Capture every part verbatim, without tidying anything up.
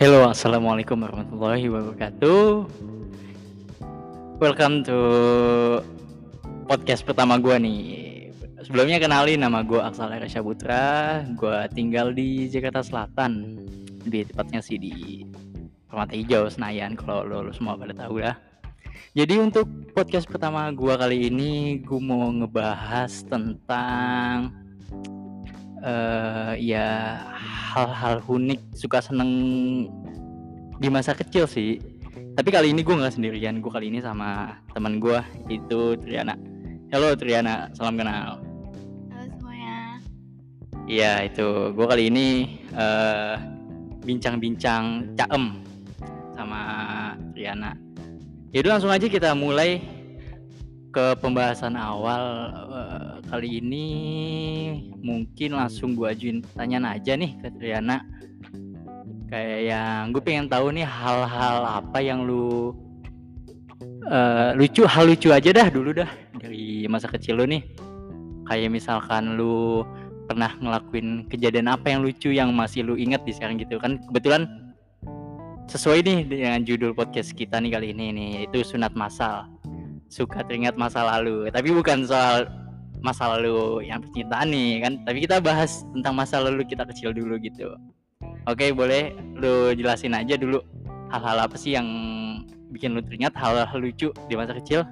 Halo, assalamualaikum warahmatullahi wabarakatuh. Welcome to podcast pertama gue nih. Sebelumnya kenalin, nama gue Aksal Era Syaputra. Gue tinggal di Jakarta Selatan, lebih tepatnya sih di Permata Hijau, Senayan. Kalau lo, lo semua pada tahu lah. Jadi untuk podcast pertama gue kali ini, gue mau ngebahas tentang uh, ya hal-hal unik, suka seneng di masa kecil sih. Tapi kali ini gue nggak sendirian, gue kali ini sama teman gue, itu Triana. Halo Triana, salam kenal. Halo semuanya. Iya, itu gue kali ini uh, bincang-bincang caem sama Triana. Yaudah langsung aja kita mulai ke pembahasan awal. Uh, kali ini mungkin langsung gue ajuin pertanyaan aja nih ke Triana. Kayak yang gue pengen tahu nih, hal-hal apa yang lu uh, lucu, hal lucu aja dah dulu dah dari masa kecil lu nih. Kayak misalkan lu pernah ngelakuin kejadian apa yang lucu yang masih lu inget di sekarang gitu kan. Kebetulan sesuai nih dengan judul podcast kita nih kali ini nih, itu sunat masal. Suka teringat masa lalu, tapi bukan soal masa lalu yang percintaan nih kan, tapi kita bahas tentang masa lalu kita kecil dulu gitu. Oke, boleh lu jelasin aja dulu hal-hal apa sih yang bikin lu teringat hal-hal lucu di masa kecil?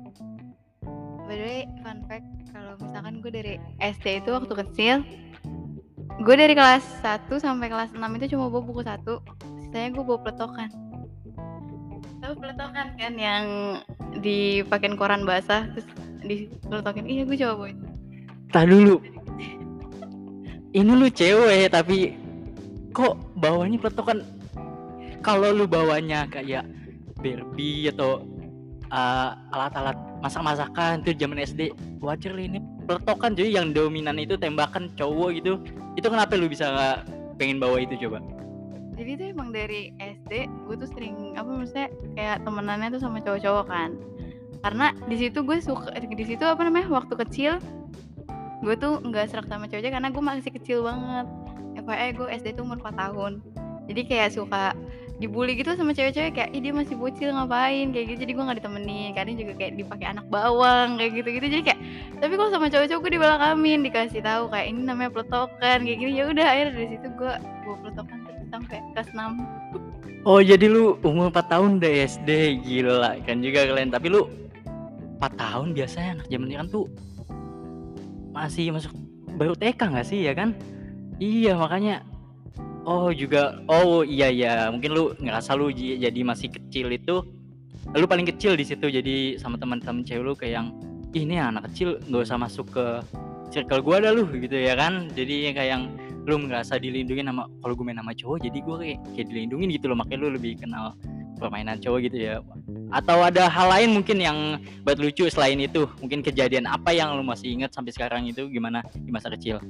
By the way, fun fact, kalau misalkan gue dari S D itu waktu kecil, gue dari kelas satu sampai kelas enam itu cuma bawa buku satu, sisanya gue bawa peletokan. Tahu peletokan kan yang dipakein koran basah terus dipeletokin? Iya, gue coba bawa itu. Tah dulu. Ini lu cewek tapi kok bawanya peletokan? Kalau lu bawanya kayak Barbie atau uh, alat-alat masak-masakan tuh zaman S D, wajar lah. Ini peletokan cuy, yang dominan itu tembakan cowok gitu. Itu kenapa lu bisa gak pengen bawa itu coba? Jadi itu emang dari S D gue tuh sering apa maksudnya kayak temenannya tuh sama cowok-cowok kan. Karena di situ gue suka di situ apa namanya waktu kecil gue tuh nggak serak sama cowoknya karena gue masih kecil banget. F Y I gue S D tuh umur empat tahun. Jadi kayak suka dibully gitu sama cewek-cewek, kayak ih dia masih bocil ngapain kayak gitu, jadi gue nggak ditemenin. Kadang juga kayak dipakai anak bawang kayak gitu-gitu. Jadi kayak tapi kalau sama cowok-cowok gue dibelakamin, dikasih tahu kayak ini namanya peletokan kayak gini. Ya udah akhirnya dari situ gue bawa peletokan terus sampai kelas enam. Oh, jadi lu umur empat tahun udah S D, gila kan juga kalian. Tapi lu empat tahun biasanya anak zaman kan tuh masih masuk baru T K nggak sih ya kan? Iya, makanya. Oh juga, oh iya ya, mungkin lu ngerasa lu j- jadi masih kecil itu, lu paling kecil di situ, jadi sama teman-teman cewek lu kayak yang, ih, ini anak kecil nggak usah masuk ke circle gua dah lu gitu ya kan. Jadi kayak yang lu ngerasa dilindungi sama, kalau gue main sama cowok jadi gue kayak, kayak dilindungin gitu loh, makanya lu lebih kenal permainan cowok gitu ya. Atau ada hal lain mungkin yang buat lucu selain itu? Mungkin kejadian apa yang lu masih ingat sampai sekarang itu gimana di masa kecil?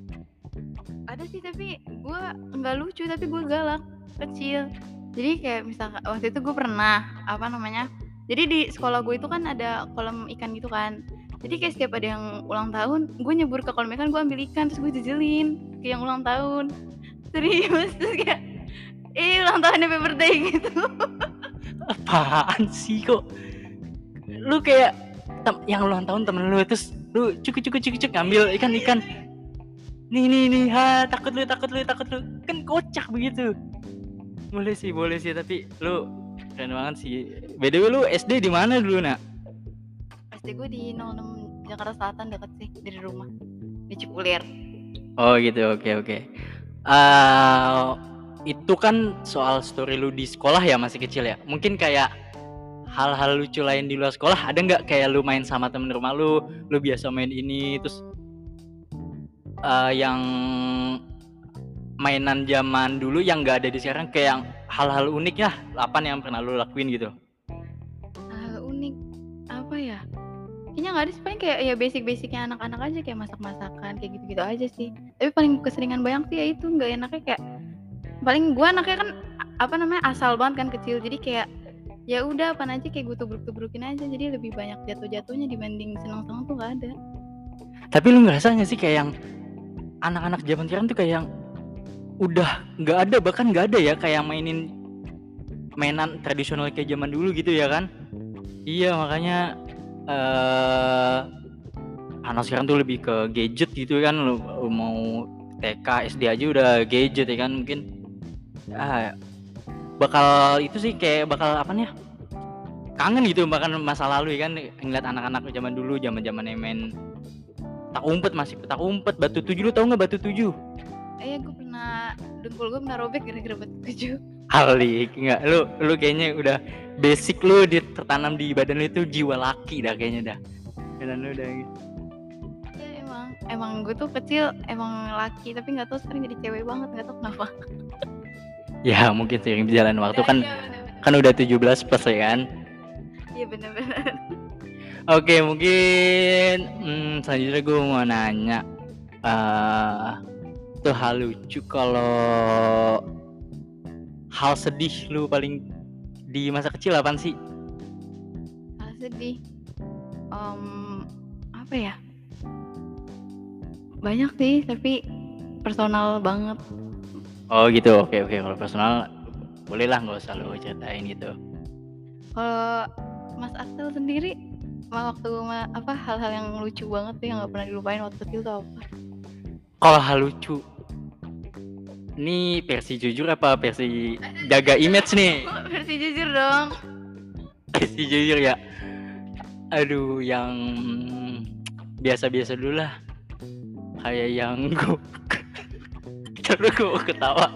Ada sih tapi gue nggak lucu, tapi gue galak kecil. Jadi kayak misalkan waktu itu gue pernah apa namanya, jadi di sekolah gue itu kan ada kolam ikan gitu kan. Jadi kayak setiap ada yang ulang tahun, gue nyebur ke kolam ikan, gue ambil ikan terus gue jejelin ke yang ulang tahun. Serius, terus kayak eh ulang tahun happy birthday gitu. Apaan sih kok lu kayak tem- yang ulang tahun temen lu terus lu cuk cuk cuk cuk ngambil ikan ikan nih nih nih, ha, takut lu takut lu takut lu kan kocak begitu. Boleh sih boleh sih, tapi lu keren banget sih. B D W lu S D di mana dulu nak? S D gue di nol enam Jakarta Selatan, deket sih dari rumah, di Cipulir. Oh gitu, oke oke. Uh, itu kan soal story lu di sekolah ya, masih kecil ya. Mungkin kayak hal-hal lucu lain di luar sekolah ada nggak, kayak lu main sama temen rumah lu, lu biasa main ini terus uh, yang mainan zaman dulu yang nggak ada di sekarang, kayak yang hal-hal unik ya, apa yang pernah lu lakuin gitu? Hal unik apa ya? Kayaknya nggak ada sih, paling kayak ya basic-basicnya anak-anak aja, kayak masak-masakan kayak gitu-gitu aja sih. Tapi paling keseringan banyak sih ya itu, nggak enaknya kayak paling gue anaknya kan apa namanya asal banget kan kecil, jadi kayak ya udah apa aja kayak gue tubruk-tubrukin aja, jadi lebih banyak jatuh-jatuhnya dibanding senang-senang tuh nggak ada. Tapi lu ngerasa nggak sih kayak yang anak-anak zaman sekarang tuh kayak yang udah nggak ada, bahkan nggak ada ya kayak mainin mainan tradisional kayak zaman dulu gitu ya kan. Iya makanya eh anak sekarang tuh lebih ke gadget gitu kan. Lu lu mau T K S D aja udah gadget ya kan. Mungkin ah bakal itu sih kayak bakal apa nih ya, kangen gitu bahkan masa lalu ya kan, ngeliat anak-anak zaman dulu, zaman-zaman main petak umpet, masih petak umpet batu tujuh. Lu tau nggak batu tujuh? Eh gue pernah, dengkul gue pernah robek gara-gara batu tujuh. Alik nggak, lu lu kayaknya udah basic lu di, tertanam di badan lu itu jiwa laki dah kayaknya dah. Dan lu udah gitu. Ya emang, emang gue tuh kecil emang laki, tapi nggak tahu sekarang jadi cewek banget, nggak tahu kenapa. Ya mungkin seiring berjalan waktu Ya, kan iya, bener-bener. kan udah tujuh belas plus ya kan. Iya bener-bener. Oke mungkin hmm, selanjutnya gue mau nanya eh tuh hal lucu, kalau hal sedih lu paling di masa kecil apaan sih? Hal sedih, um, apa ya? Banyak sih, tapi personal banget. Oh gitu, oke oke. Kalau personal boleh lah, nggak usah lu ceritain gitu. Kalau Mas Axel sendiri, ma- waktu ma- apa hal-hal yang lucu banget tuh yang nggak pernah dilupain waktu kecil tuh apa? Kalau hal lucu, ini versi jujur apa versi jaga image nih? Versi jujur dong. Versi jujur ya. Aduh, yang biasa-biasa dulu lah. Kayak yang gue terus gue ketawa.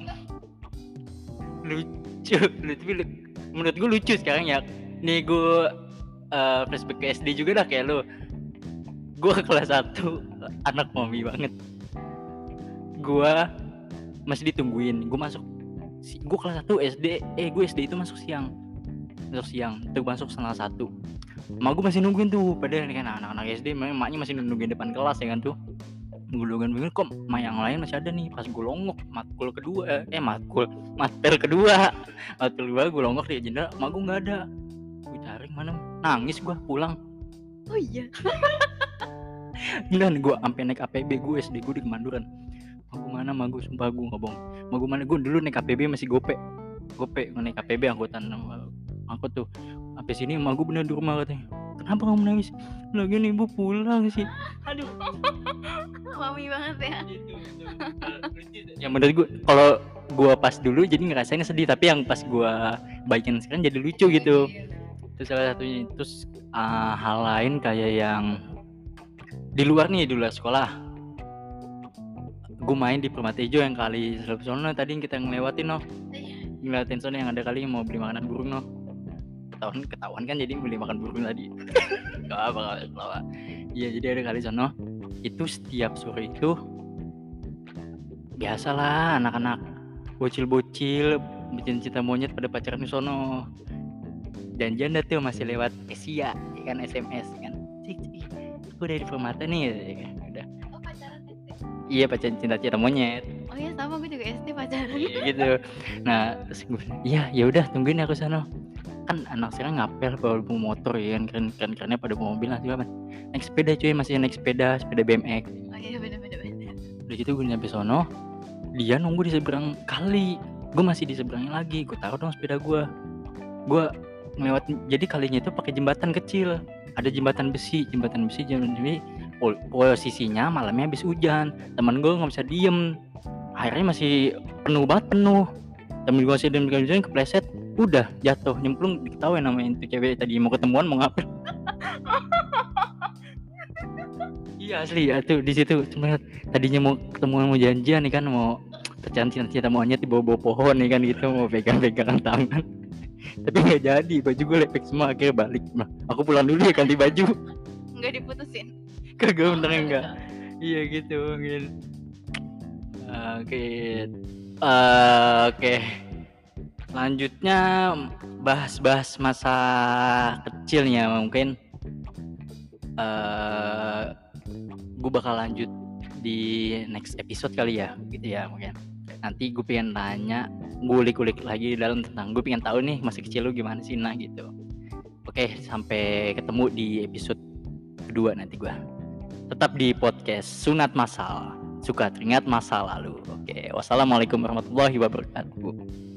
Lucu, lucu, lu- menurut gue lucu sekarang ya. Nih gue uh, flashback ke S D juga dah kayak lu. Gue kelas satu, anak mami banget. Gue masih ditungguin. Gue masuk, gue kelas satu S D. Eh gue S D itu masuk siang, masuk siang. Tuh masuk setengah satu. Emak gue masih nungguin tuh. Padahal kan anak-anak S D, emaknya masih nungguin depan kelas ya kan tuh. Nunggu-nungguin bingung kok emak yang lain masih ada nih. Pas gue longok matkul kedua, eh matkul materi kedua, matkul kedua gue longok di jendela, emak gue nggak ada. Gue cari mana, nangis gue pulang. Oh iya. Gila nih gue sampai naik A P B, gue S D gue di Kemanduran. Emak gue mana, emak gue sumpah gue nggak bohong. Emak gue mana, gue dulu naik A P B masih gope, gope naik A P B angkutan angkot tuh. Sampai sini emak gue bener di rumah katanya. Kenapa kamu nangis? Lagi nih ibu pulang sih. Aduh. Mami banget ya. Yang menurut gue, kalau gue pas dulu jadi ngerasain sedih, tapi yang pas gue baikin sekarang jadi lucu gitu. Itu salah satunya. Terus uh, hal lain kayak yang di luar nih, di luar sekolah, gue main di Permata Hijau yang kali selalu sono tadi yang kita ngelewatin no, ngeliatin sono yang ada kali mau beli makanan burung no. Ketahuan ketahuan kan jadi beli makan burung tadi. Gak apa apa. Iya jadi ada kali sono. Itu setiap sore itu biasalah anak-anak bocil-bocil bikin cinta monyet pada pacaran di sono. Dan janda tuh masih lewat Asia ya kan, S M S kan. Cik cik, aku dari Permata nih ya kan. Udah. Oh pacaran S D? Iya pacaran cinta-cinta monyet. Oh iya sama, gue juga S D pacaran. Iya gitu. Nah terus gue, iya ya udah tungguin aku sono. Kan anak sekarang ngapel bawa motor ya kan, keren keren kerennya pada bawa mobil lah juga kan. Naik sepeda cuy, masih naik sepeda, sepeda B M X. Oh iya bener-bener. Udah gitu gue nyampe sono, dia nunggu di seberang kali, gue masih di seberangnya lagi. Gue taruh dong sepeda gue, gue ngelewat. Jadi kalinya itu pakai jembatan kecil, ada jembatan besi, jembatan besi, jembatan besi. Posisinya malamnya habis hujan, teman gue nggak bisa diem, airnya masih penuh banget penuh. Temen gue masih diem di hujan, kepleset, udah jatuh nyemplung, diketawain nama itu cewek tadi mau ketemuan mau ngapel. Iya asli ya tuh di situ cuma tadinya mau ketemuan mau janjian nih kan, mau pecahan cinta-cinta monyet di bawah-bawah pohon nih kan gitu, mau pegang-pegangan tangan. Tapi nggak jadi, baju gue lepek semua, akhirnya balik. Nah, aku pulang dulu ya ganti baju. Nggak diputusin? Kagak bener enggak. Iya gitu mungkin. Oke. Uh, Oke. Selanjutnya bahas-bahas masa kecilnya mungkin. Uh, gue bakal lanjut di next episode kali ya gitu ya mungkin. Nanti gue pengen tanya, ngulik-ngulik lagi dalam tentang, gue pengen tahu nih masa kecil lu gimana sih nah gitu. Oke, sampai ketemu di episode kedua nanti gue. Tetap di podcast Sunat Masal. suka teringat masa lalu. Oke, wassalamualaikum warahmatullahi wabarakatuh.